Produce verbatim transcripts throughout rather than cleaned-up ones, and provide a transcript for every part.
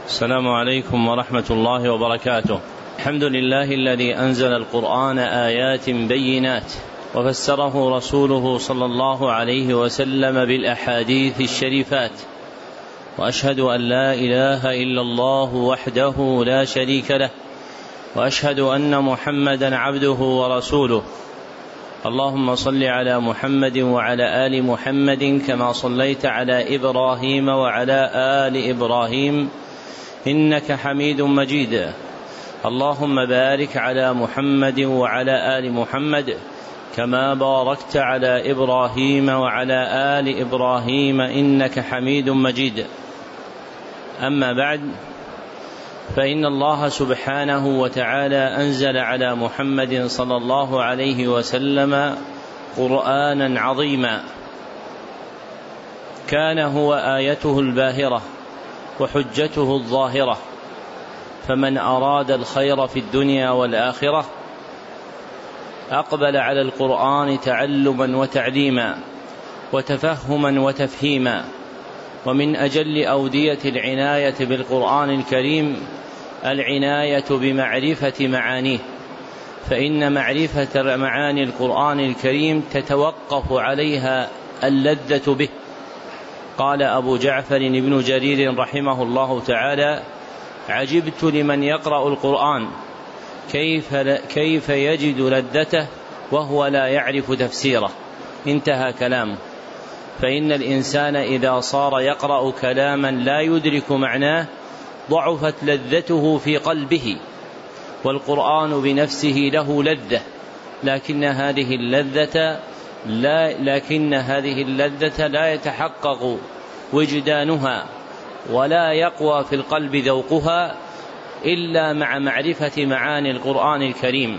السلام عليكم ورحمة الله وبركاته. الحمد لله الذي أنزل القرآن آيات بينات وفسره رسوله صلى الله عليه وسلم بالأحاديث الشريفات، وأشهد أن لا إله إلا الله وحده لا شريك له، وأشهد أن محمدا عبده ورسوله. اللهم صل على محمد وعلى آل محمد كما صليت على إبراهيم وعلى آل إبراهيم إنك حميد مجيد. اللهم بارك على محمد وعلى آل محمد كما باركت على إبراهيم وعلى آل إبراهيم إنك حميد مجيد. أما بعد، فإن الله سبحانه وتعالى أنزل على محمد صلى الله عليه وسلم قرآنا عظيما كان هو آيته الباهرة وحجته الظاهرة، فمن أراد الخير في الدنيا والآخرة أقبل على القرآن تعلما وتعليما وتفهما وتفهيما. ومن أجل أودية العناية بالقرآن الكريم العناية بمعرفة معانيه، فإن معرفة معاني القرآن الكريم تتوقف عليها اللذة به. قال أبو جعفر بن جرير رحمه الله تعالى: عجبت لمن يقرأ القرآن كيف, كيف يجد لذته وهو لا يعرف تفسيره. انتهى كلامه. فإن الإنسان إذا صار يقرأ كلاما لا يدرك معناه ضعفت لذته في قلبه، والقرآن بنفسه له لذة، لكن هذه اللذة لا لكن هذه اللذة لا يتحقق وجدانها ولا يقوى في القلب ذوقها إلا مع معرفة معاني القرآن الكريم.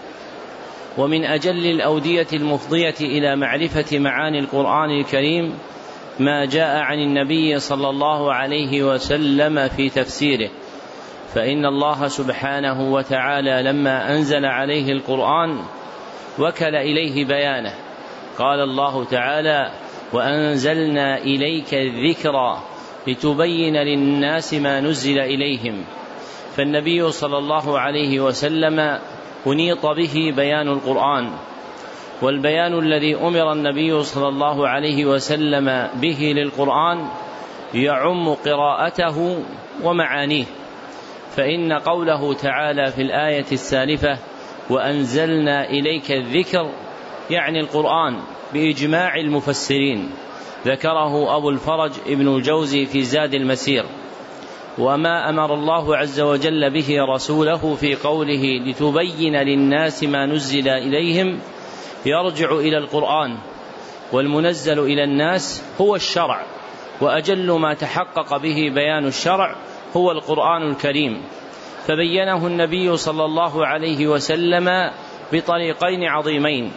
ومن أجل الأودية المفضية إلى معرفة معاني القرآن الكريم ما جاء عن النبي صلى الله عليه وسلم في تفسيره، فإن الله سبحانه وتعالى لما أنزل عليه القرآن وكل إليه بيانه. قال الله تعالى: وأنزلنا إليك الذكر لتبين للناس ما نزل إليهم. فالنبي صلى الله عليه وسلم أنيط به بيان القرآن، والبيان الذي أمر النبي صلى الله عليه وسلم به للقرآن يعم قراءته ومعانيه. فإن قوله تعالى في الآية السالفة: وأنزلنا إليك الذكر، يعني القرآن بإجماع المفسرين، ذكره أبو الفرج ابن الجوزي في زاد المسير. وما أمر الله عز وجل به رسوله في قوله لتبين للناس ما نزل إليهم يرجع إلى القرآن، والمنزل إلى الناس هو الشرع، وأجل ما تحقق به بيان الشرع هو القرآن الكريم. فبينه النبي صلى الله عليه وسلم بطريقين عظيمين: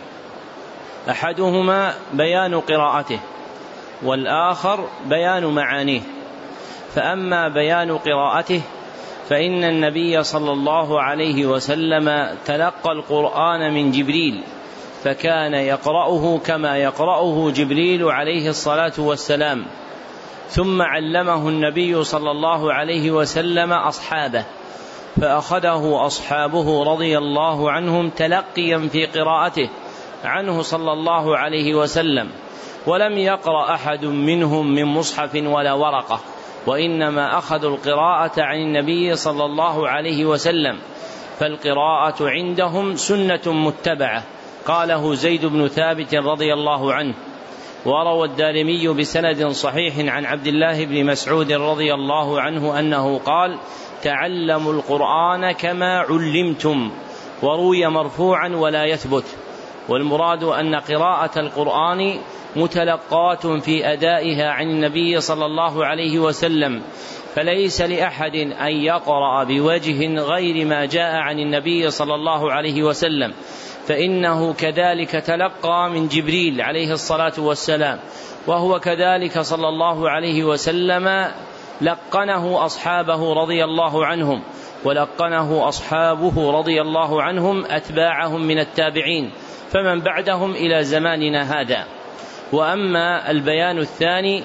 أحدهما بيان قراءته، والآخر بيان معانيه. فأما بيان قراءته فإن النبي صلى الله عليه وسلم تلقى القرآن من جبريل، فكان يقرأه كما يقرأه جبريل عليه الصلاة والسلام، ثم علمه النبي صلى الله عليه وسلم أصحابه، فأخذه أصحابه رضي الله عنهم تلقيا في قراءته عنه صلى الله عليه وسلم، ولم يقرأ أحد منهم من مصحف ولا ورقة، وإنما أخذوا القراءة عن النبي صلى الله عليه وسلم، فالقراءة عندهم سنة متبعة. قاله زيد بن ثابت رضي الله عنه. وروى الدارمي بسند صحيح عن عبد الله بن مسعود رضي الله عنه أنه قال: تعلموا القرآن كما علمتم. وروي مرفوعا ولا يثبت. والمراد أن قراءة القرآن متلقاة في أدائها عن النبي صلى الله عليه وسلم، فليس لأحد أن يقرأ بوجه غير ما جاء عن النبي صلى الله عليه وسلم، فإنه كذلك تلقى من جبريل عليه الصلاة والسلام، وهو كذلك صلى الله عليه وسلم لقنه أصحابه رضي الله عنهم، ولقنه أصحابه رضي الله عنهم أتباعهم من التابعين فمن بعدهم إلى زماننا هذا. وأما البيان الثاني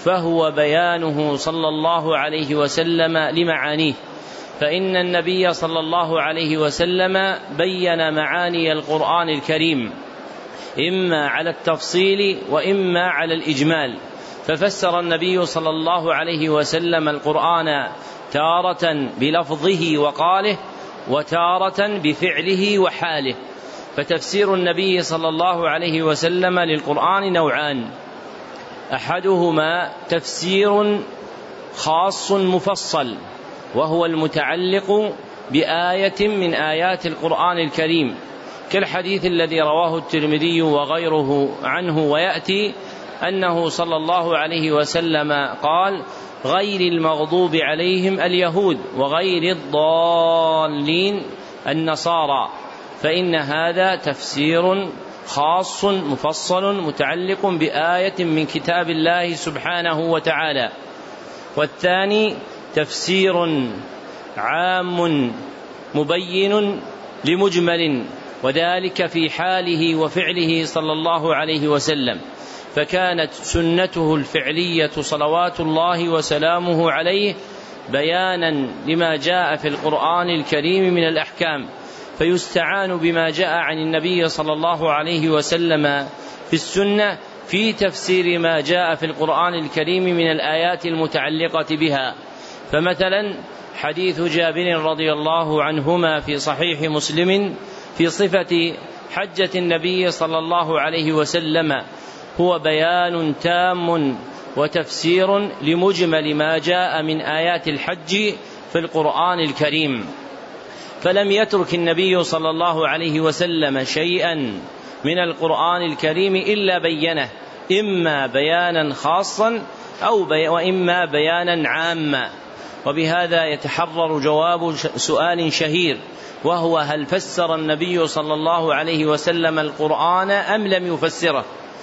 فهو بيانه صلى الله عليه وسلم لمعانيه، فإن النبي صلى الله عليه وسلم بين معاني القرآن الكريم إما على التفصيل وإما على الإجمال، ففسر النبي صلى الله عليه وسلم القرآن تارة بلفظه وقاله وتارة بفعله وحاله. فتفسير النبي صلى الله عليه وسلم للقرآن نوعان: أحدهما تفسير خاص مفصل، وهو المتعلق بآية من آيات القرآن الكريم، كالحديث الذي رواه الترمذي وغيره عنه، ويأتي أنه صلى الله عليه وسلم قال: غير المغضوب عليهم اليهود وغير الضالين النصارى، فإن هذا تفسير خاص مفصل متعلق بآية من كتاب الله سبحانه وتعالى. والثاني تفسير عام مبين لمجمل، وذلك في حاله وفعله صلى الله عليه وسلم، فكانت سنته الفعلية صلوات الله وسلامه عليه بيانا لما جاء في القرآن الكريم من الأحكام، فيستعان بما جاء عن النبي صلى الله عليه وسلم في السنة في تفسير ما جاء في القرآن الكريم من الآيات المتعلقة بها. فمثلا حديث جابر رضي الله عنهما في صحيح مسلم في صفة حجة النبي صلى الله عليه وسلم هو بيان تام وتفسير لمجمل ما جاء من آيات الحج في القرآن الكريم، فلم يترك النبي صلى الله عليه وسلم شيئا من القرآن الكريم إلا بينه، إما بيانا خاصا أو بي وإما بيانا عاما. وبهذا يتحرر جواب سؤال شهير، وهو: هل فسر النبي صلى الله عليه وسلم القرآن أم لم يفسره؟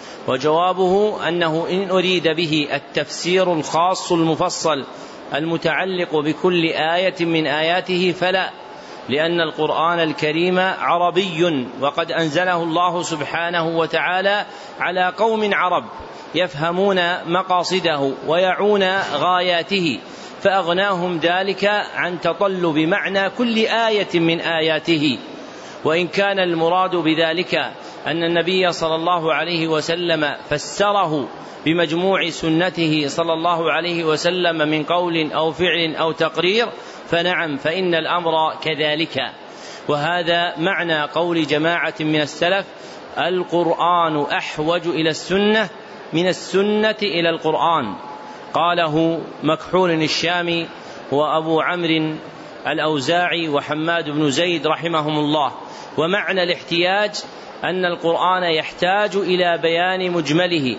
وجوابه أنه إن أريد به التفسير الخاص المفصل المتعلق بكل آية من آياته فلا، لأن القرآن الكريم عربي، وقد أنزله الله سبحانه وتعالى على قوم عرب يفهمون مقاصده ويعون غاياته، فأغناهم ذلك عن تطلب معنى كل آية من آياته. وإن كان المراد بذلك أن النبي صلى الله عليه وسلم فسره بمجموع سنته صلى الله عليه وسلم من قول أو فعل أو تقرير، فنعم، فإن الأمر كذلك. وهذا معنى قول جماعة من السلف: القرآن أحوج إلى السنة من السنة إلى القرآن. قاله مكحول الشامي وأبو عمرو الأوزاعي وحماد بن زيد رحمهم الله. ومعنى الاحتياج أن القرآن يحتاج إلى بيان مجمله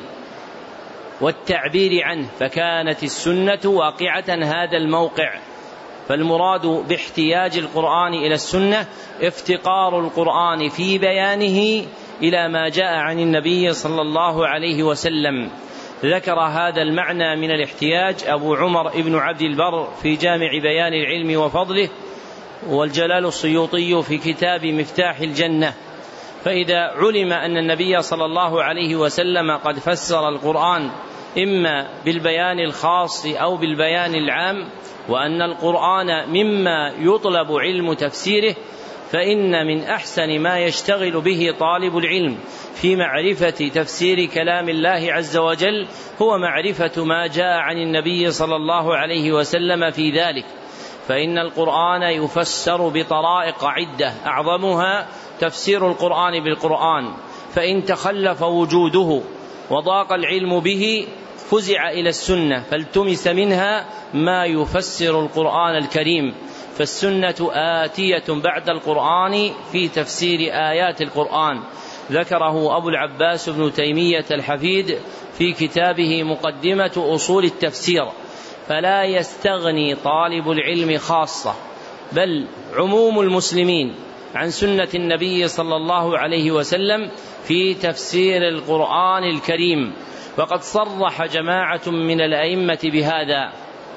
والتعبير عنه، فكانت السنة واقعة هذا الموقع. فالمراد باحتياج القرآن إلى السنة افتقار القرآن في بيانه إلى ما جاء عن النبي صلى الله عليه وسلم. ذكر هذا المعنى من الاحتياج أبو عمر ابن عبد البر في جامع بيان العلم وفضله، والجلال السيوطي في كتاب مفتاح الجنة. فإذا علم أن النبي صلى الله عليه وسلم قد فسر القرآن إما بالبيان الخاص أو بالبيان العام، وأن القرآن مما يطلب علم تفسيره، فإن من أحسن ما يشتغل به طالب العلم في معرفة تفسير كلام الله عز وجل هو معرفة ما جاء عن النبي صلى الله عليه وسلم في ذلك. فإن القرآن يفسر بطرائق عدة، أعظمها تفسير القرآن بالقرآن، فإن تخلف وجوده وضاق العلم به فزع إلى السنة فالتمس منها ما يفسر القرآن الكريم. فالسنة آتية بعد القرآن في تفسير آيات القرآن. ذكره أبو العباس بن تيمية الحفيد في كتابه مقدمة أصول التفسير. فلا يستغني طالب العلم خاصة بل عموم المسلمين عن سنة النبي صلى الله عليه وسلم في تفسير القرآن الكريم. وقد صرح جماعة من الأئمة بهذا،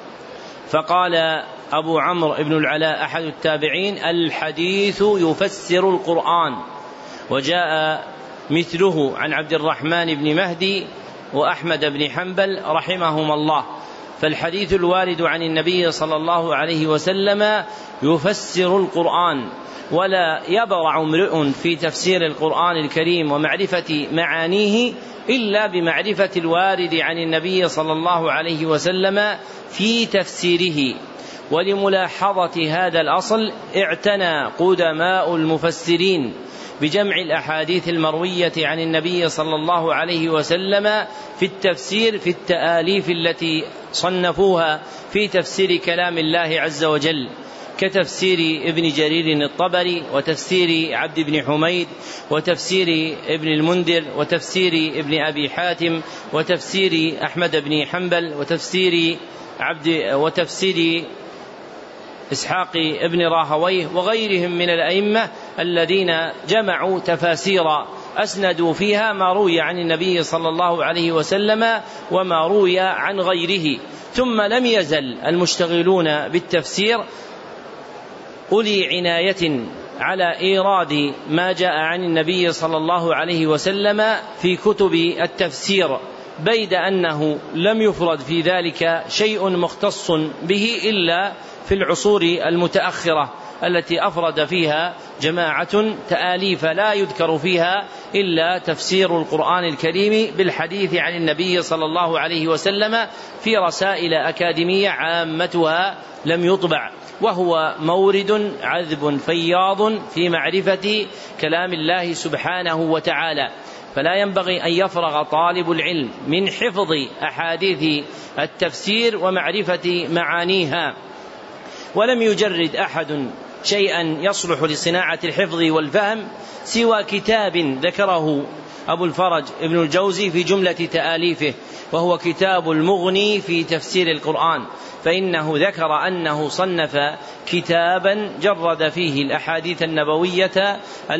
فقال أبو عمرو بن العلاء أحد التابعين: الحديث يفسر القرآن. وجاء مثله عن عبد الرحمن بن مهدي وأحمد بن حنبل رحمهما الله. فالحديث الوارد عن النبي صلى الله عليه وسلم يفسر القرآن، ولا يبرع امرؤ في تفسير القرآن الكريم ومعرفة معانيه إلا بمعرفة الوارد عن النبي صلى الله عليه وسلم في تفسيره. ولملاحظة هذا الأصل اعتنى قدماء المفسرين بجمع الأحاديث المروية عن النبي صلى الله عليه وسلم في التفسير في التآليف التي صنفوها في تفسير كلام الله عز وجل، كتفسير ابن جرير الطبري، وتفسير عبد بن حميد، وتفسير ابن المنذر، وتفسير ابن أبي حاتم، وتفسير أحمد بن حنبل، وتفسير عبد وتفسير إسحاق ابن راهويه، وغيرهم من الأئمة الذين جمعوا تفاسير أسندوا فيها ما روي عن النبي صلى الله عليه وسلم وما روي عن غيره. ثم لم يزل المشتغلون بالتفسير أولي عناية على إيراد ما جاء عن النبي صلى الله عليه وسلم في كتب التفسير، بيد أنه لم يفرد في ذلك شيء مختص به إلا في العصور المتأخرة التي أفرد فيها جماعة تآليف لا يذكر فيها إلا تفسير القرآن الكريم بالحديث عن النبي صلى الله عليه وسلم في رسائل أكاديمية عامتها لم يطبع، وهو مورد عذب فياض في معرفة كلام الله سبحانه وتعالى. فلا ينبغي أن يفرغ طالب العلم من حفظ أحاديث التفسير ومعرفة معانيها. ولم يجرد أحد شيئا يصلح لصناعة الحفظ والفهم سوى كتاب ذكره أبو الفرج ابن الجوزي في جملة تآليفه، وهو كتاب المغني في تفسير القرآن، فإنه ذكر أنه صنف كتابا جرد فيه الأحاديث النبوية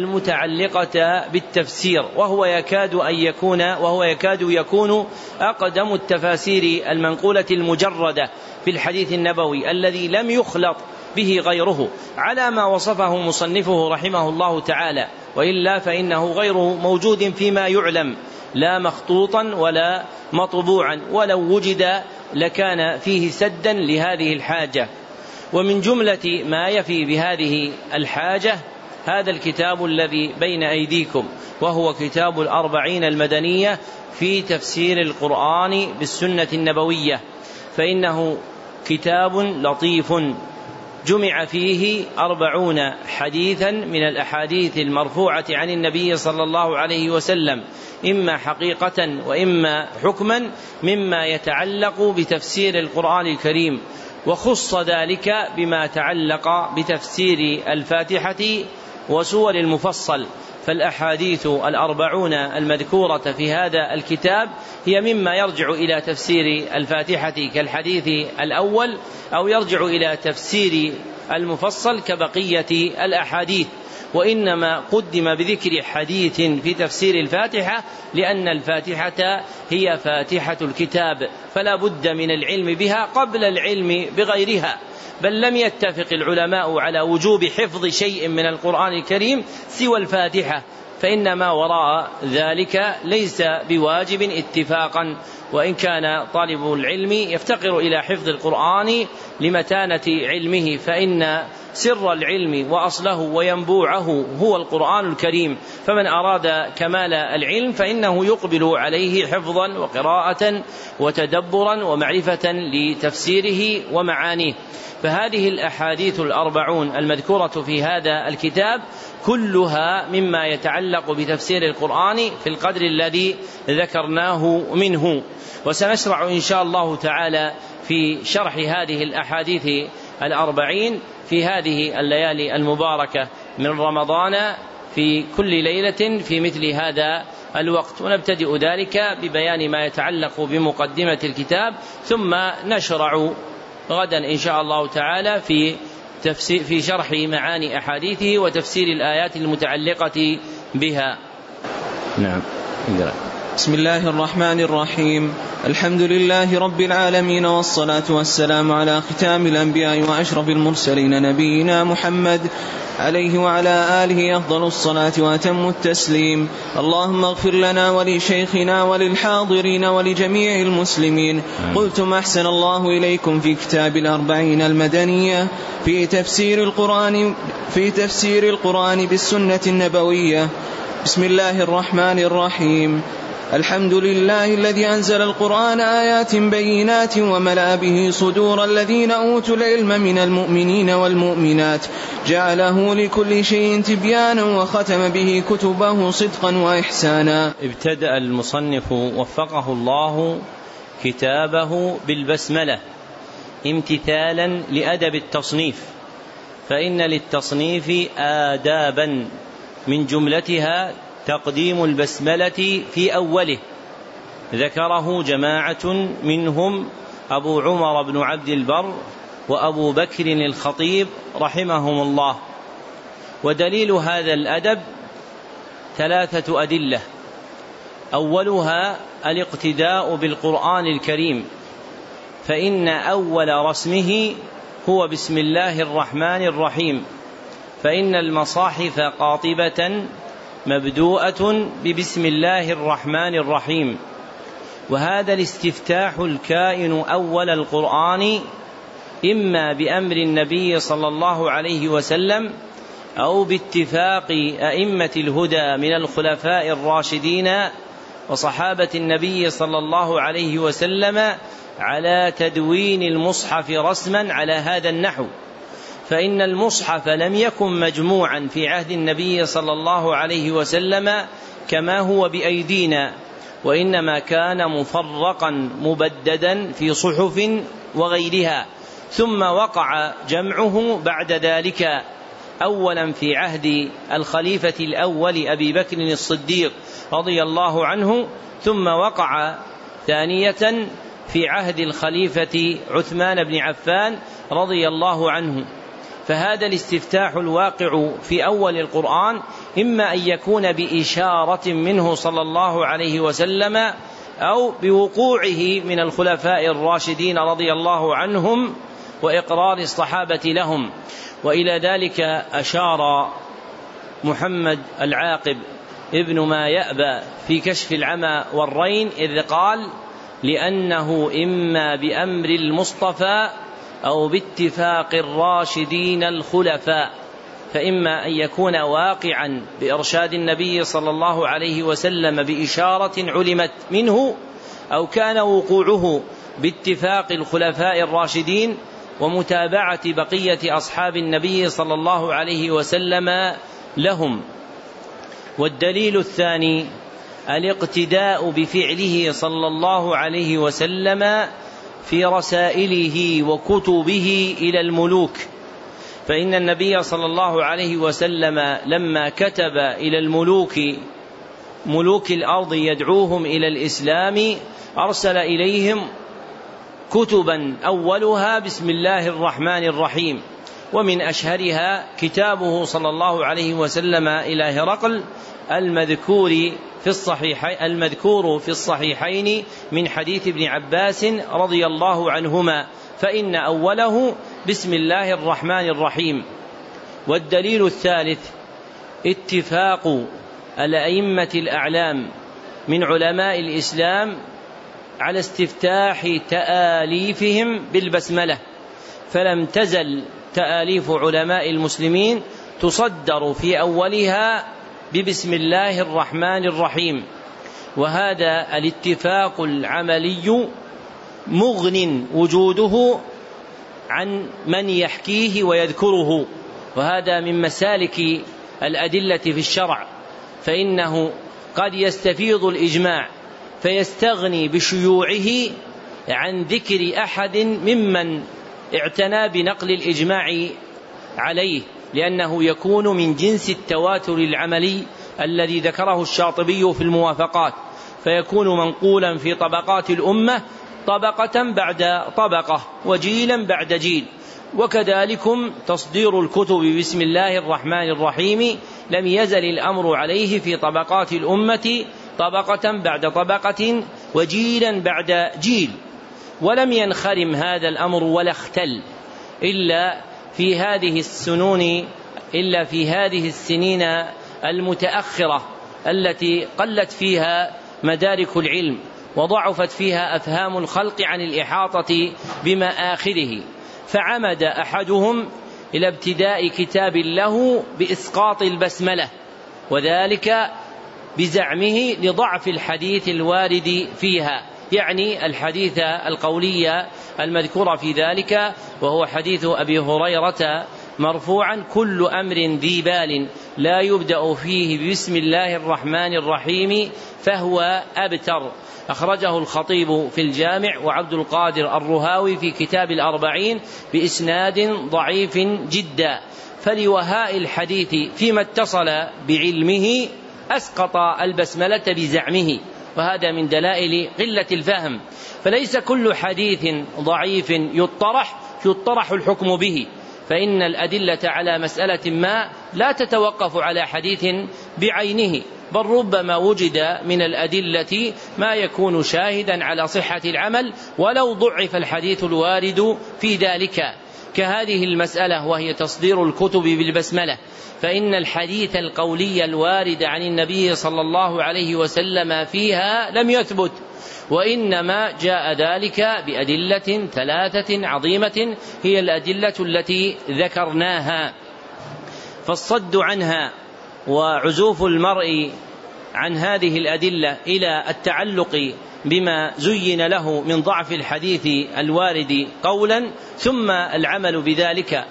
المتعلقة بالتفسير، وهو يكاد أن يكون وهو يكاد يكون أقدم التفاسير المنقولة المجردة في الحديث النبوي الذي لم يخلط به غيره على ما وصفه مصنفه رحمه الله تعالى، وإلا فإنه غير موجود فيما يعلم، لا مخطوطا ولا مطبوعا، ولو وجد لكان فيه سدا لهذه الحاجة. ومن جملة ما يفي بهذه الحاجة هذا الكتاب الذي بين أيديكم، وهو كتاب الأربعين المدنية في تفسير القرآن بالسنة النبوية، فإنه كتاب لطيف جمع فيه أربعون حديثا من الأحاديث المرفوعة عن النبي صلى الله عليه وسلم، إما حقيقة وإما حكما، مما يتعلق بتفسير القرآن الكريم، وخص ذلك بما تعلق بتفسير الفاتحة وسور المفصل. فالأحاديث الأربعون المذكورة في هذا الكتاب هي مما يرجع إلى تفسير الفاتحة كالحديث الأول، أو يرجع إلى تفسير المفصل كبقية الأحاديث، وإنما قدم بذكر حديث في تفسير الفاتحة لأن الفاتحة هي فاتحة الكتاب، فلا بد من العلم بها قبل العلم بغيرها. بل لم يتفق العلماء على وجوب حفظ شيء من القرآن الكريم سوى الفاتحة، فإن ما وراء ذلك ليس بواجب اتفاقا، وإن كان طالب العلم يفتقر إلى حفظ القرآن لمتانة علمه، فإن سر العلم وأصله وينبوعه هو القرآن الكريم، فمن أراد كمال العلم فإنه يقبل عليه حفظا وقراءة وتدبرا ومعرفة لتفسيره ومعانيه. فهذه الأحاديث الأربعون المذكورة في هذا الكتاب كلها مما يتعلق بتفسير القرآن في القدر الذي ذكرناه منه. وسنشرع إن شاء الله تعالى في شرح هذه الأحاديث الأربعين في هذه الليالي المباركة من رمضان في كل ليلة في مثل هذا الوقت، ونبتدئ ذلك ببيان ما يتعلق بمقدمة الكتاب، ثم نشرع غدا إن شاء الله تعالى في تفسير في شرح معاني أحاديثه وتفسير الآيات المتعلقة بها. نعم. بسم الله الرحمن الرحيم. الحمد لله رب العالمين، والصلاة والسلام على ختام الأنبياء وأشرف المرسلين نبينا محمد عليه وعلى آله أفضل الصلاة وأتم التسليم. اللهم اغفر لنا ولشيخنا وللحاضرين ولجميع المسلمين. قلتم أحسن الله إليكم في كتاب الأربعين المدنية في تفسير القرآن في تفسير القرآن بالسنة النبوية. بسم الله الرحمن الرحيم. الحمد لله الذي أنزل القرآن آيات بينات وملأ به صدور الذين أوتوا العلم من المؤمنين والمؤمنات، جعله لكل شيء تبيانا وختم به كتبه صدقا وإحسانا. ابتدأ المصنف وفقه الله كتابه بالبسملة امتثالا لأدب التصنيف، فإن للتصنيف آدابا من جملتها تقديم البسملة في أوله، ذكره جماعة منهم أبو عمر بن عبد البر وأبو بكر الخطيب رحمهم الله. ودليل هذا الأدب ثلاثة أدلة. أولها الاقتداء بالقرآن الكريم، فإن أول رسمه هو بسم الله الرحمن الرحيم، فإن المصاحف قاطبة مبدوءة ببسم الله الرحمن الرحيم، وهذا الاستفتاح الكائن أول القرآن إما بأمر النبي صلى الله عليه وسلم أو باتفاق أئمة الهدى من الخلفاء الراشدين وصحابة النبي صلى الله عليه وسلم على تدوين المصحف رسما على هذا النحو، فإن المصحف لم يكن مجموعا في عهد النبي صلى الله عليه وسلم كما هو بأيدينا، وإنما كان مفرقا مبددا في صحف وغيرها، ثم وقع جمعه بعد ذلك أولا في عهد الخليفة الأول أبي بكر الصديق رضي الله عنه، ثم وقع ثانية في عهد الخليفة عثمان بن عفان رضي الله عنه. فهذا الاستفتاح الواقع في أول القرآن إما أن يكون بإشارة منه صلى الله عليه وسلم أو بوقوعه من الخلفاء الراشدين رضي الله عنهم وإقرار الصحابة لهم. وإلى ذلك أشار محمد العاقب ابن ما يأبى في كشف العمى والرين إذ قال: لأنه إما بأمر المصطفى أو باتفاق الراشدين الخلفاء، فإما أن يكون واقعا بإرشاد النبي صلى الله عليه وسلم بإشارة علمت منه، أو كان وقوعه باتفاق الخلفاء الراشدين ومتابعة بقية أصحاب النبي صلى الله عليه وسلم لهم. والدليل الثاني الاقتداء بفعله صلى الله عليه وسلم في رسائله وكتبه إلى الملوك، فإن النبي صلى الله عليه وسلم لما كتب إلى الملوك ملوك الأرض يدعوهم إلى الإسلام أرسل إليهم كتبا أولها بسم الله الرحمن الرحيم، ومن أشهرها كتابه صلى الله عليه وسلم إلى هرقل المذكور في الصحيحين المذكور في الصحيحين من حديث ابن عباس رضي الله عنهما، فإن أوله بسم الله الرحمن الرحيم. والدليل الثالث اتفاق الأئمة الأعلام من علماء الإسلام على استفتاح تآليفهم بالبسملة، فلم تزل تآليف علماء المسلمين تصدر في أولها ببسم الله الرحمن الرحيم، وهذا الاتفاق العملي مغن وجوده عن من يحكيه ويذكره، وهذا من مسالك الأدلة في الشرع، فإنه قد يستفيض الإجماع فيستغني بشيوعه عن ذكر أحد ممن اعتنى بنقل الإجماع عليه، لأنه يكون من جنس التواتر العملي الذي ذكره الشاطبي في الموافقات، فيكون منقولا في طبقات الأمة طبقة بعد طبقة وجيلا بعد جيل. وكذلكم تصدير الكتب بسم الله الرحمن الرحيم لم يزل الأمر عليه في طبقات الأمة طبقة بعد طبقة وجيلا بعد جيل، ولم ينخرم هذا الأمر ولا اختل إلا في هذه السنون إلا في هذه السنين المتأخرة التي قلت فيها مدارك العلم وضعفت فيها أفهام الخلق عن الإحاطة بمآخذه، فعمد أحدهم إلى ابتداء كتاب له بإسقاط البسملة، وذلك بزعمه لضعف الحديث الوارد فيها، يعني الحديث القولي المذكور في ذلك، وهو حديث أبي هريرة مرفوعا: كل أمر ذي بال لا يبدأ فيه بسم الله الرحمن الرحيم فهو أبتر. أخرجه الخطيب في الجامع وعبد القادر الرهاوي في كتاب الأربعين بإسناد ضعيف جدا. فلوهاء الحديث فيما اتصل بعلمه أسقط البسملة بزعمه، وهذا من دلائل قلة الفهم. فليس كل حديث ضعيف يطرح يطرح الحكم به، فإن الأدلة على مسألة ما لا تتوقف على حديث بعينه، بل ربما وجد من الأدلة ما يكون شاهدا على صحة العمل ولو ضعف الحديث الوارد في ذلك، كهذه المسألة وهي تصدير الكتب بالبسملة، فإن الحديث القولي الوارد عن النبي صلى الله عليه وسلم فيها لم يثبت، وإنما جاء ذلك بأدلة ثلاثة عظيمة هي الأدلة التي ذكرناها. فالصد عنها وعزوف المرء عن هذه الأدلة إلى التعلق بما زين له من ضعف الحديث الوارد قولا ثم العمل بذلك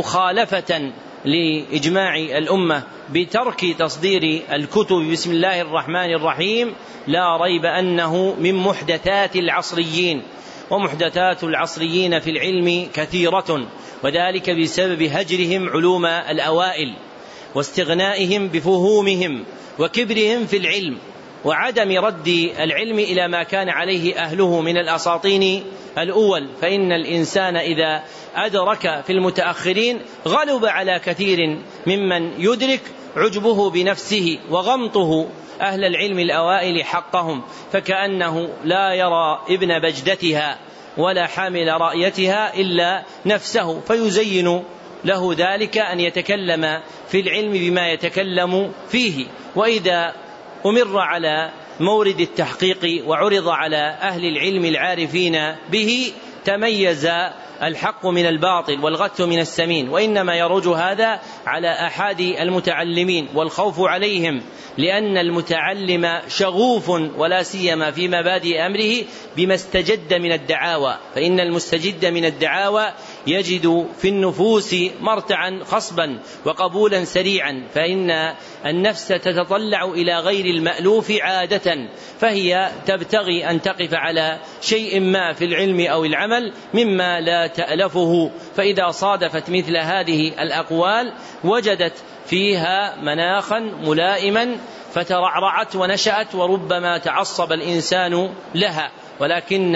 مخالفة لإجماع الأمة بترك تصدير الكتب بسم الله الرحمن الرحيم، لا ريب أنه من محدثات العصريين، ومحدثات العصريين في العلم كثيرة، وذلك بسبب هجرهم علوم الأوائل واستغنائهم بفهومهم وكبرهم في العلم وعدم رد العلم إلى ما كان عليه أهله من الأساطين الأول. فإن الإنسان إذا أدرك في المتأخرين غلب على كثير ممن يدرك عجبه بنفسه وغمطه أهل العلم الأوائل حقهم، فكأنه لا يرى ابن بجدتها ولا حامل رأيتها إلا نفسه، فيزين له ذلك أن يتكلم في العلم بما يتكلم فيه. وإذا أمر على مورد التحقيق وعرض على أهل العلم العارفين به تميز الحق من الباطل والغث من السمين، وإنما يروج هذا على أحد المتعلمين والخوف عليهم، لأن المتعلم شغوف ولا سيما في مبادئ أمره بما استجد من الدعاوى، فإن المستجد من الدعاوى يجد في النفوس مرتعا خصبا وقبولا سريعا، فإن النفس تتطلع إلى غير المألوف عادة، فهي تبتغي أن تقف على شيء ما في العلم أو العمل مما لا تألفه، فإذا صادفت مثل هذه الأقوال وجدت فيها مناخا ملائما فترعرعت ونشأت، وربما تعصب الإنسان لها. ولكن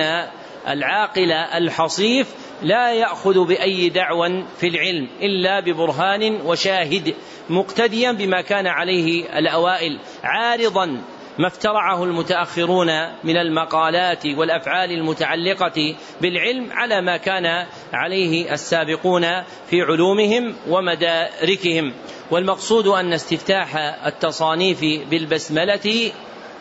العاقل الحصيف لا يأخذ بأي دعوى في العلم إلا ببرهان وشاهد، مقتديا بما كان عليه الأوائل، عارضا ما افترعه المتأخرون من المقالات والأفعال المتعلقة بالعلم على ما كان عليه السابقون في علومهم ومداركهم. والمقصود أن استفتاح التصانيف بالبسملة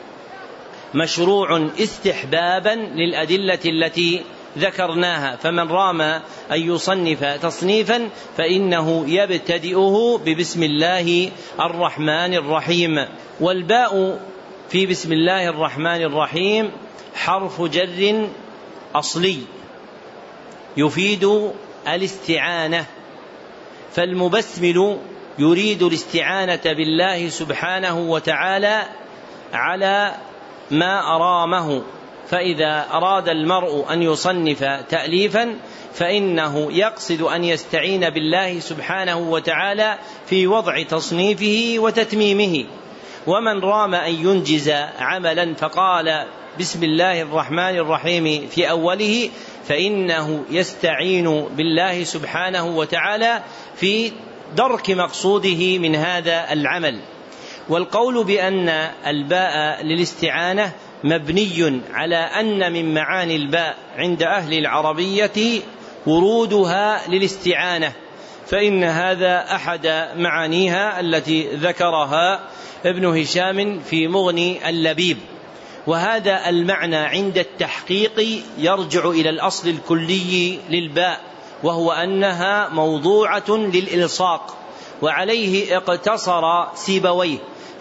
مشروع استحبابا للأدلة التي ذكرناها، فمن رام أن يصنف تصنيفا فإنه يبتدئه ببسم الله الرحمن الرحيم. والباء في بسم الله الرحمن الرحيم حرف جر أصلي يفيد الاستعانة، فالمبسمل يريد الاستعانة بالله سبحانه وتعالى على ما أرامه. فإذا أراد المرء أن يصنف تأليفا فإنه يقصد أن يستعين بالله سبحانه وتعالى في وضع تصنيفه وتتميمه. ومن رام أن ينجز عملا فقال بسم الله الرحمن الرحيم في أوله فإنه يستعين بالله سبحانه وتعالى في درك مقصوده من هذا العمل. والقول بأن الباء للاستعانة مبني على أن من معاني الباء عند أهل العربية ورودها للاستعانة، فإن هذا أحد معانيها التي ذكرها ابن هشام في مغني اللبيب. وهذا المعنى عند التحقيق يرجع إلى الأصل الكلي للباء، وهو أنها موضوعة للإلصاق، وعليه اقتصر سيبويه،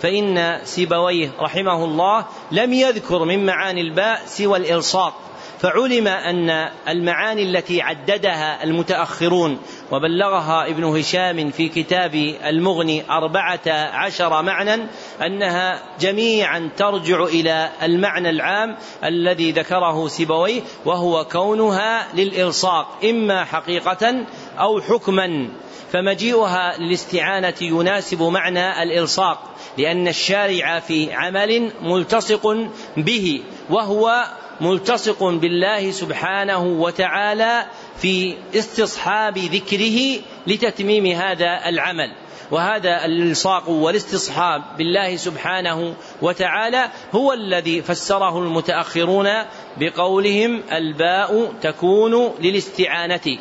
فإن سيبويه رحمه الله لم يذكر من معاني الباء سوى الإلصاق، فعلم أن المعاني التي عددها المتأخرون وبلغها ابن هشام في كتاب المغني أربعة عشر معنى أنها جميعا ترجع إلى المعنى العام الذي ذكره سيبويه، وهو كونها للإلصاق إما حقيقة أو حكما. فمجيئها للاستعانة يناسب معنى الإلصاق، لأن الشارع في عمل ملتصق به، وهو ملتصق بالله سبحانه وتعالى في استصحاب ذكره لتتميم هذا العمل. وهذا الالصاق والاستصحاب بالله سبحانه وتعالى هو الذي فسره المتأخرون بقولهم الباء تكون للاستعانة.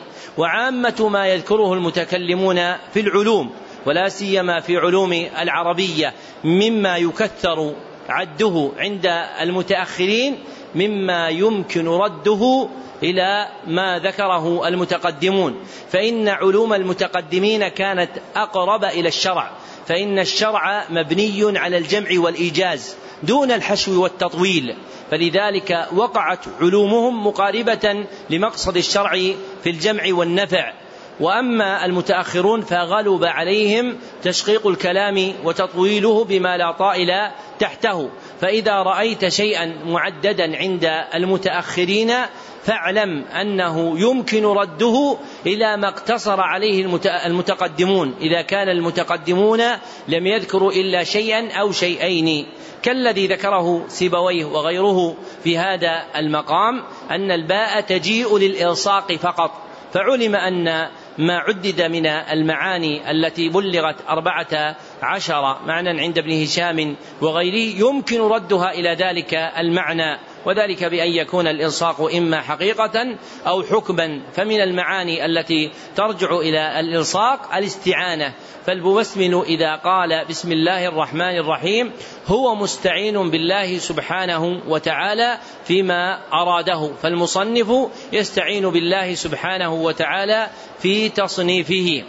وعامة ما يذكره المتكلمون في العلوم ولا سيما في علوم العربية مما يكثر عده عند المتأخرين مما يمكن رده إلى ما ذكره المتقدمون، فإن علوم المتقدمين كانت أقرب إلى الشرع، فإن الشرع مبني على الجمع والإيجاز دون الحشو والتطويل، فلذلك وقعت علومهم مقاربة لمقصد الشرع في الجمع والنفع. وأما المتأخرون فغلب عليهم تشقيق الكلام وتطويله بما لا طائل تحته. فإذا رأيت شيئا معددا عند المتأخرين فاعلم أنه يمكن رده إلى ما اقتصر عليه المتقدمون، إذا كان المتقدمون لم يذكروا إلا شيئا أو شيئين، كالذي ذكره سيبويه وغيره في هذا المقام أن الباء تجيء للإلصاق فقط، فعلم أن ما عدد من المعاني التي بلغت أربعة عشر معنى عند ابن هشام وغيره يمكن ردها إلى ذلك المعنى، وذلك بأن يكون الإلصاق إما حقيقة أو حكما. فمن المعاني التي ترجع إلى الإلصاق الاستعانة، فالمبسمل إذا قال بسم الله الرحمن الرحيم هو مستعين بالله سبحانه وتعالى فيما أراده، فالمصنف يستعين بالله سبحانه وتعالى في تصنيفه.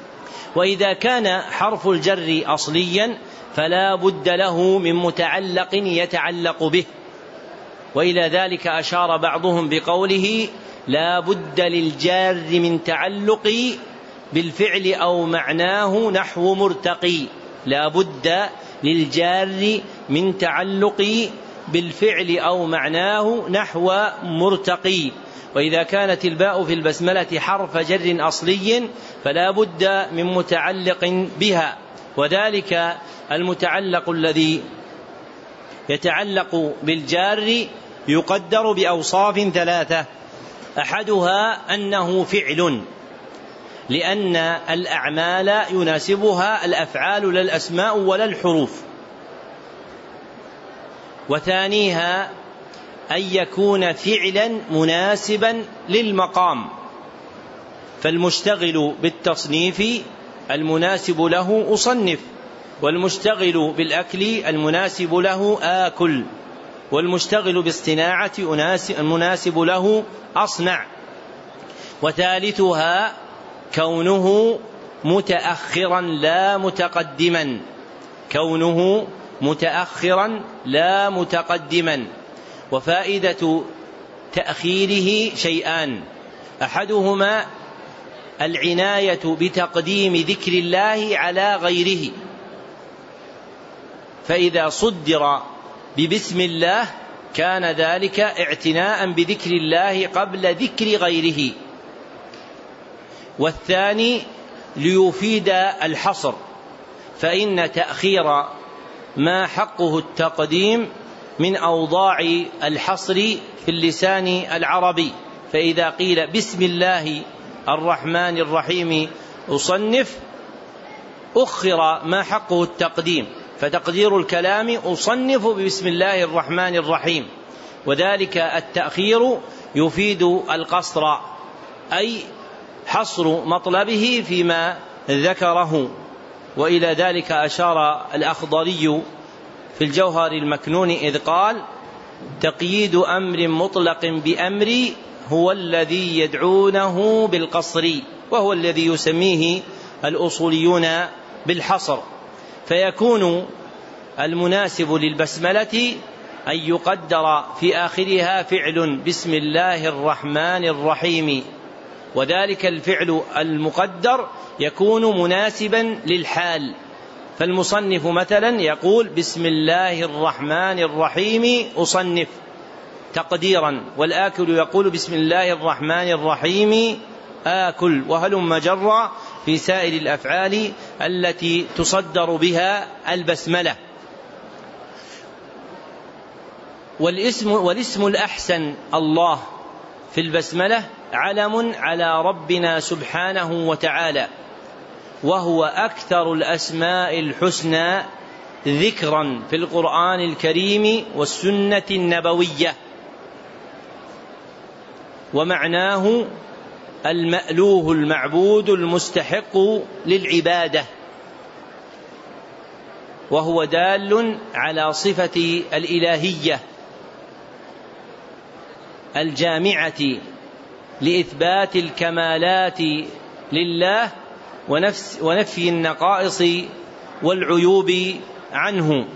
وإذا كان حرف الجر أصليا فلا بد له من متعلق يتعلق به، وإلى ذلك أشار بعضهم بقوله لا بد للجار من تعلق بالفعل أو معناه نحو مرتقي، لا بد للجار من تعلق بالفعل أو معناه نحو مرتقي. وإذا كانت الباء في البسملة حرف جر أصلي فلا بد من متعلق بها، وذلك المتعلق الذي يتعلق بالجار يقدر بأوصاف ثلاثة، أحدها أنه فعل، لأن الأعمال يناسبها الأفعال لا الأسماء ولا الحروف. وثانيها أن يكون فعلا مناسبا للمقام، فالمشتغل بالتصنيف المناسب له أصنف، والمشتغل بالأكل المناسب له آكل، والمشتغل بالصناعة المناسب له أصنع. وثالثها كونه متأخرا لا متقدما، كونه متأخرا لا متقدما. وفائدة تأخيره شيئان، أحدهما العناية بتقديم ذكر الله على غيره، فإذا صدر ببسم الله كان ذلك اعتناء بذكر الله قبل ذكر غيره. والثاني ليفيد الحصر، فإن تأخير ما حقه التقديم من أوضاع الحصر في اللسان العربي، فإذا قيل بسم الله الرحمن الرحيم أصنف أخر ما حقه التقديم، فتقدير الكلام أصنف بسم الله الرحمن الرحيم، وذلك التأخير يفيد القصر، أي حصر مطلبه فيما ذكره. وإلى ذلك أشار الأخضري في الجوهر المكنون إذ قال: تقييد أمر مطلق بأمر هو الذي يدعونه بالقصر، وهو الذي يسميه الأصوليون بالحصر. فيكون المناسب للبسملة أن يقدر في آخرها فعل بسم الله الرحمن الرحيم، وذلك الفعل المقدر يكون مناسبا للحال. فالمصنف مثلا يقول: بسم الله الرحمن الرحيم أصنف تقديرا، والآكل يقول: بسم الله الرحمن الرحيم آكل، وهلم جرا في سائر الأفعال التي تصدر بها البسملة. والاسم, والاسم الأحسن الله في البسملة علم على ربنا سبحانه وتعالى، وهو أكثر الأسماء الحسنى ذكرا في القرآن الكريم والسنة النبوية، ومعناه المألوه المعبود المستحق للعبادة، وهو دال على صفة الإلهية الجامعة لإثبات الكمالات لله ونفس ونفي النقائص والعيوب عنه.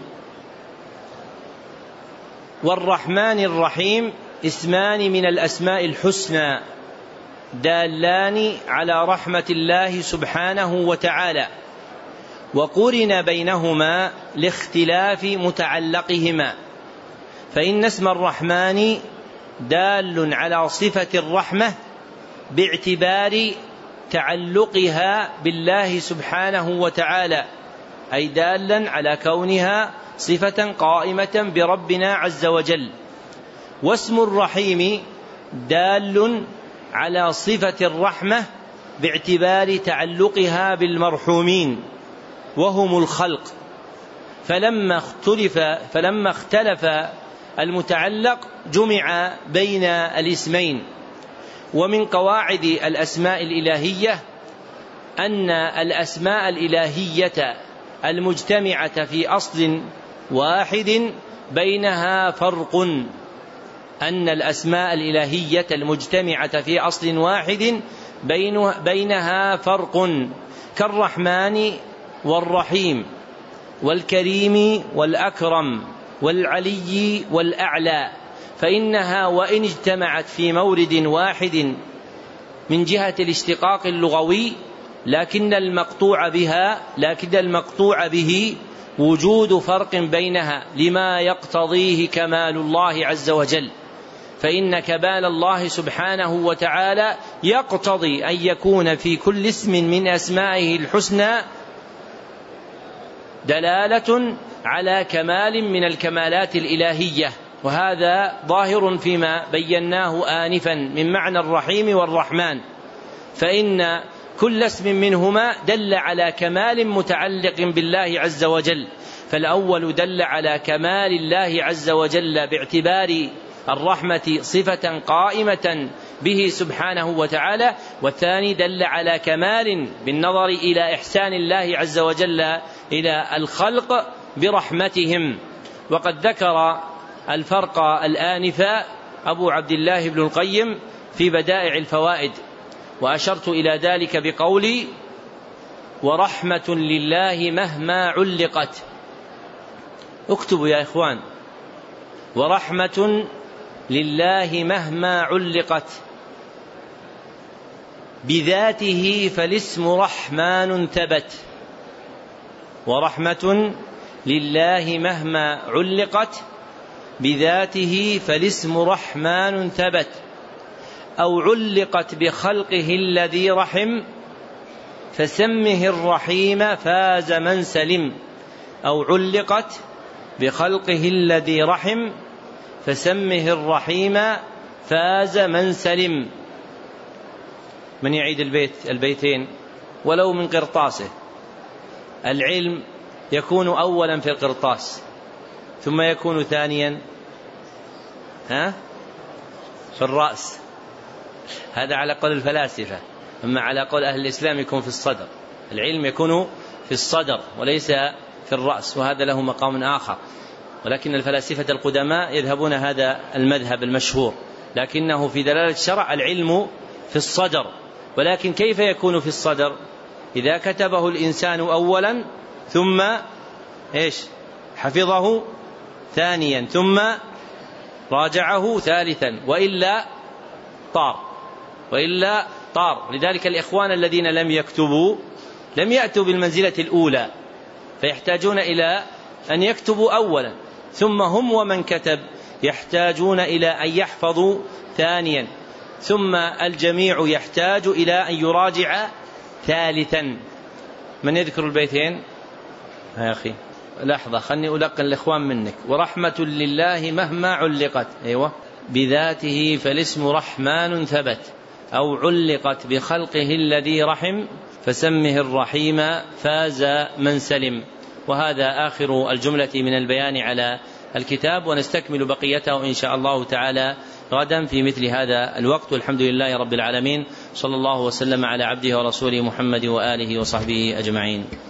والرحمن الرحيم اسمان من الأسماء الحسنى دالان على رحمة الله سبحانه وتعالى، وقرن بينهما لاختلاف متعلقهما، فإن اسم الرحمن دال على صفة الرحمة باعتبار تعلقها بالله سبحانه وتعالى، أي دالا على كونها صفة قائمة بربنا عز وجل. واسم الرحيم دال على صفة الرحمة باعتبار تعلقها بالمرحومين وهم الخلق، فلما اختلف فلما اختلف المتعلق جمع بين الاسمين. ومن قواعد الأسماء الإلهية أن الأسماء الإلهية المجتمعة في أصل واحد بينها فرق أن الأسماء الإلهية المجتمعة في أصل واحد بينها فرق كالرحمن والرحيم والكريم والأكرم والعلي والأعلى، فإنها وإن اجتمعت في مورد واحد من جهة الاشتقاق اللغوي، لكن المقطوع بها لكن المقطوع به وجود فرق بينها لما يقتضيه كمال الله عز وجل، فإن كمال الله سبحانه وتعالى يقتضي أن يكون في كل اسم من أسمائه الحسنى دلالة على كمال من الكمالات الإلهية، وهذا ظاهر فيما بيناه آنفا من معنى الرحيم والرحمن، فإن كل اسم منهما دل على كمال متعلق بالله عز وجل، فالأول دل على كمال الله عز وجل باعتبار الرحمة صفة قائمة به سبحانه وتعالى، والثاني دل على كمال بالنظر إلى إحسان الله عز وجل إلى الخلق برحمتهم. وقد ذكر الفرق الآنف أبو عبد الله بن القيم في بدائع الفوائد، وأشرت إلى ذلك بقولي: ورحمة لله مهما علقت. اكتبوا يا إخوان: ورحمة لله مهما علقت بذاته فالاسم رحمن ثبت. ورحمة لله مهما علقت بذاته فالاسم رحمن ثبت، أو علقت بخلقه الذي رحم فسمه الرحيم فاز من سلم. أو علقت بخلقه الذي رحم فسمه الرحيم فاز من سلم. من يعيد البيت البيتين ولو من قرطاسه؟ العلم يكون أولا في القرطاس ثم يكون ثانيا ها في الرأس، هذا على قول الفلاسفة. أما على قول أهل الإسلام يكون في الصدر، العلم يكون في الصدر وليس في الرأس، وهذا له مقام آخر، ولكن الفلاسفة القدماء يذهبون هذا المذهب المشهور، لكنه في دلالة الشرع العلم في الصدر. ولكن كيف يكون في الصدر؟ إذا كتبه الإنسان أولا ثم إيش حفظه ثانيا ثم راجعه ثالثا، وإلا طار وإلا طار. لذلك الإخوان الذين لم يكتبوا لم يأتوا بالمنزلة الأولى، فيحتاجون إلى أن يكتبوا أولا، ثم هم ومن كتب يحتاجون إلى أن يحفظوا ثانيا، ثم الجميع يحتاج إلى أن يراجع ثالثا. من يذكر البيتين يا أخي؟ لحظة خلني ألقن الإخوان منك. ورحمة لله مهما علقت، أيوة، بذاته فالاسم رحمن ثبت، أو علقت بخلقه الذي رحم، فسمه الرحيم فاز من سلم. وهذا آخر الجملة من البيان على الكتاب، ونستكمل بقيته إن شاء الله تعالى غدا في مثل هذا الوقت. والحمد لله رب العالمين، صلى الله وسلم على عبده ورسوله محمد وآله وصحبه أجمعين.